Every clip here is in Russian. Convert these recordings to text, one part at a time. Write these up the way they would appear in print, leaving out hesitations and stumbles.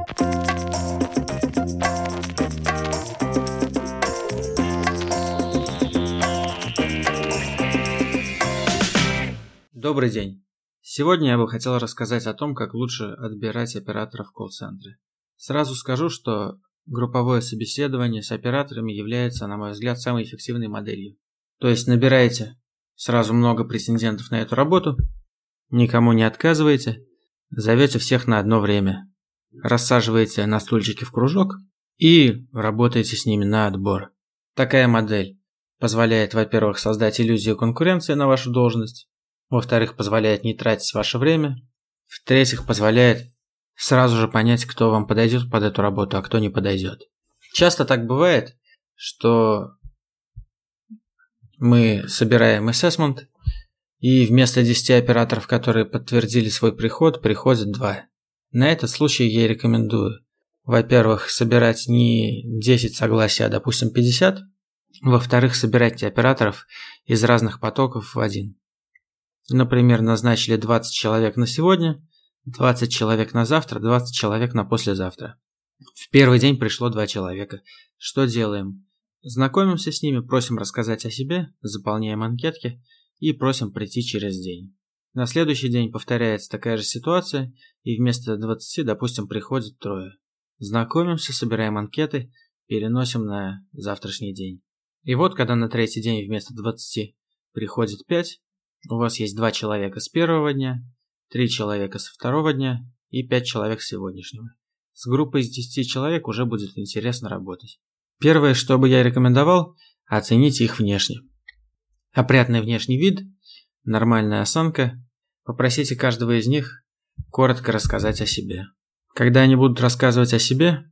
Добрый день. Сегодня я бы хотел рассказать о том, как лучше отбирать операторов в колл-центре. Сразу скажу, что групповое собеседование с операторами является, на мой взгляд, самой эффективной моделью. То есть набираете сразу много претендентов на эту работу, никому не отказываете, зовете всех на одно время, рассаживаете на стульчики в кружок и работаете с ними на отбор. Такая модель позволяет, во-первых, создать иллюзию конкуренции на вашу должность, во-вторых, позволяет не тратить ваше время, в-третьих, позволяет сразу же понять, кто вам подойдет под эту работу, а кто не подойдет. Часто так бывает, что мы собираем ассессмент, и вместо 10 операторов, которые подтвердили свой приход, приходят 2. На этот случай я рекомендую, во-первых, собирать не 10 согласий, а, допустим, 50. Во-вторых, собирайте операторов из разных потоков в один. Например, назначили 20 человек на сегодня, 20 человек на завтра, 20 человек на послезавтра. В первый день пришло 2 человека. Что делаем? Знакомимся с ними, просим рассказать о себе, заполняем анкетки и просим прийти через день. На следующий день повторяется такая же ситуация, и вместо 20, допустим, приходит 3. Знакомимся, собираем анкеты, переносим на завтрашний день. И вот, когда на третий день вместо 20 приходит 5, у вас есть 2 человека с первого дня, 3 человека со второго дня и 5 человек с сегодняшнего. С группой из 10 человек уже будет интересно работать. Первое, что бы я рекомендовал, оцените их внешне. Опрятный внешний вид, нормальная осанка. Попросите каждого из них коротко рассказать о себе. Когда они будут рассказывать о себе,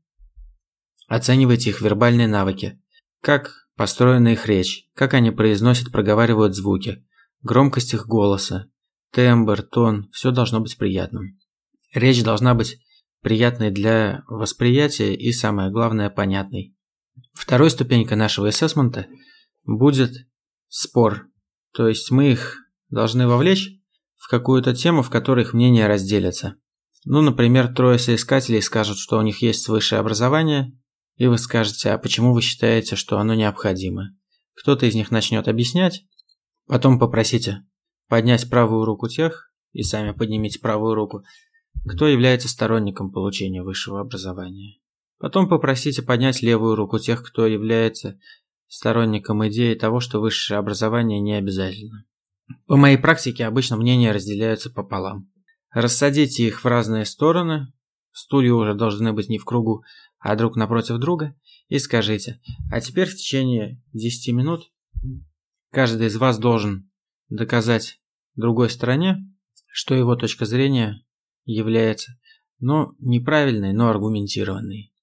оценивайте их вербальные навыки. Как построена их речь, как они произносят, проговаривают звуки. Громкость их голоса, тембр, тон – все должно быть приятным. Речь должна быть приятной для восприятия и, самое главное, понятной. Второй ступенькой нашего ассессмента будет спор. То есть мы их должны вовлечь в какую-то тему, в которой их мнения разделятся. Например, 3 соискателей скажут, что у них есть высшее образование, и вы скажете, а почему вы считаете, что оно необходимо? Кто-то из них начнет объяснять. Потом попросите поднять правую руку тех, и сами поднимите правую руку, кто является сторонником получения высшего образования. Потом попросите поднять левую руку тех, кто является сторонником идеи того, что высшее образование не обязательно. По моей практике обычно мнения разделяются пополам. Рассадите их в разные стороны, стулья уже должны быть не в кругу, а друг напротив друга, и скажите, а теперь в течение 10 минут каждый из вас должен доказать другой стороне, что его точка зрения является, неправильной, но аргументированной.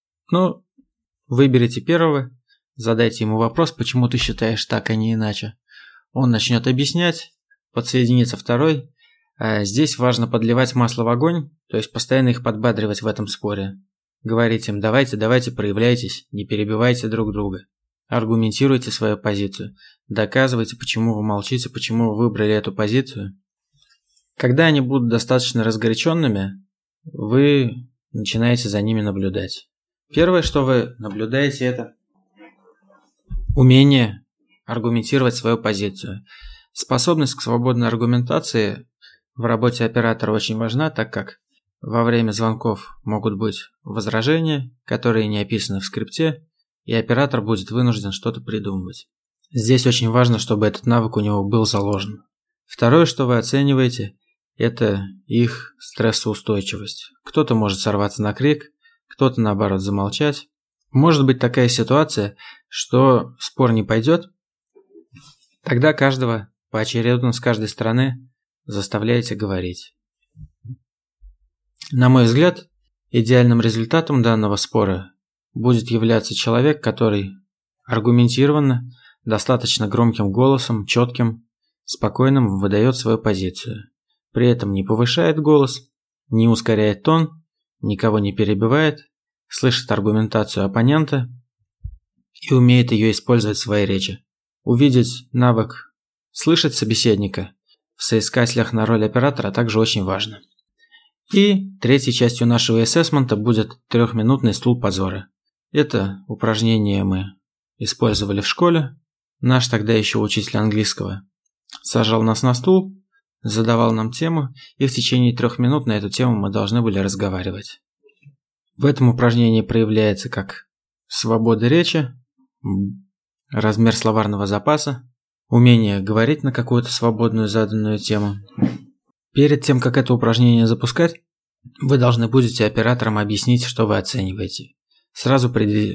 Выберите первого, задайте ему вопрос, почему ты считаешь так, а не иначе. Он начнет объяснять, подсоединится второй. А здесь важно подливать масло в огонь, то есть постоянно их подбадривать в этом споре. Говорить им, давайте, проявляйтесь, не перебивайте друг друга. Аргументируйте свою позицию. Доказывайте, почему вы молчите, почему вы выбрали эту позицию. Когда они будут достаточно разгоряченными, вы начинаете за ними наблюдать. Первое, что вы наблюдаете, это умение аргументировать свою позицию. Способность к свободной аргументации в работе оператора очень важна, так как во время звонков могут быть возражения, которые не описаны в скрипте, и оператор будет вынужден что-то придумывать. Здесь очень важно, чтобы этот навык у него был заложен. Второе, что вы оцениваете, это их стрессоустойчивость. Кто-то может сорваться на крик, кто-то, наоборот, замолчать. Может быть такая ситуация, что спор не пойдет. Тогда каждого поочередно с каждой стороны заставляете говорить. На мой взгляд, идеальным результатом данного спора будет являться человек, который аргументированно, достаточно громким голосом, четким, спокойным выдает свою позицию. При этом не повышает голос, не ускоряет тон, никого не перебивает, слышит аргументацию оппонента и умеет ее использовать в своей речи. Увидеть навык слышать собеседника в соискателях на роль оператора также очень важно. И третьей частью нашего ассессмента будет 3-минутный стул позора. Это упражнение мы использовали в школе. Наш тогда еще учитель английского сажал нас на стул, задавал нам тему, и в течение 3 минут на эту тему мы должны были разговаривать. В этом упражнении проявляется как свобода речи, размер словарного запаса, умение говорить на какую-то свободную заданную тему. Перед тем, как это упражнение запускать, вы должны будете операторам объяснить, что вы оцениваете. Сразу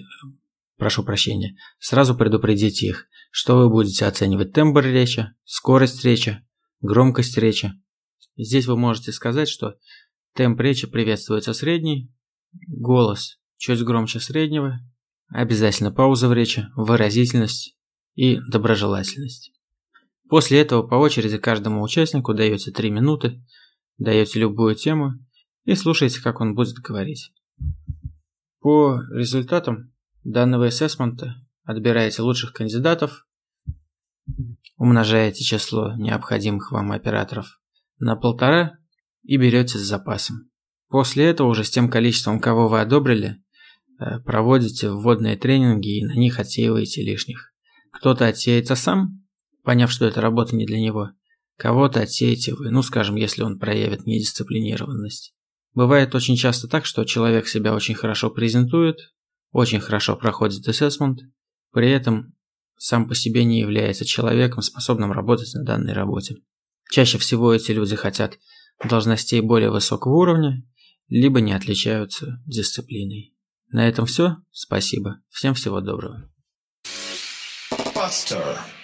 предупредите их, что вы будете оценивать: тембр речи, скорость речи, громкость речи. Здесь вы можете сказать, что темп речи приветствуется средний, голос чуть громче среднего, обязательно пауза в речи, выразительность и доброжелательность. После этого по очереди каждому участнику даете 3 минуты, даете любую тему и слушаете, как он будет говорить. По результатам данного ассессмента отбираете лучших кандидатов, умножаете число необходимых вам операторов на 1,5 и берете с запасом. После этого уже с тем количеством, кого вы одобрили, проводите вводные тренинги и на них отсеиваете лишних. Кто-то отсеется сам, поняв, что эта работа не для него. Кого-то отсеете вы, скажем, если он проявит недисциплинированность. Бывает очень часто так, что человек себя очень хорошо презентует, очень хорошо проходит ассессмент, при этом сам по себе не является человеком, способным работать на данной работе. Чаще всего эти люди хотят должностей более высокого уровня, либо не отличаются дисциплиной. На этом все. Спасибо. Всем всего доброго.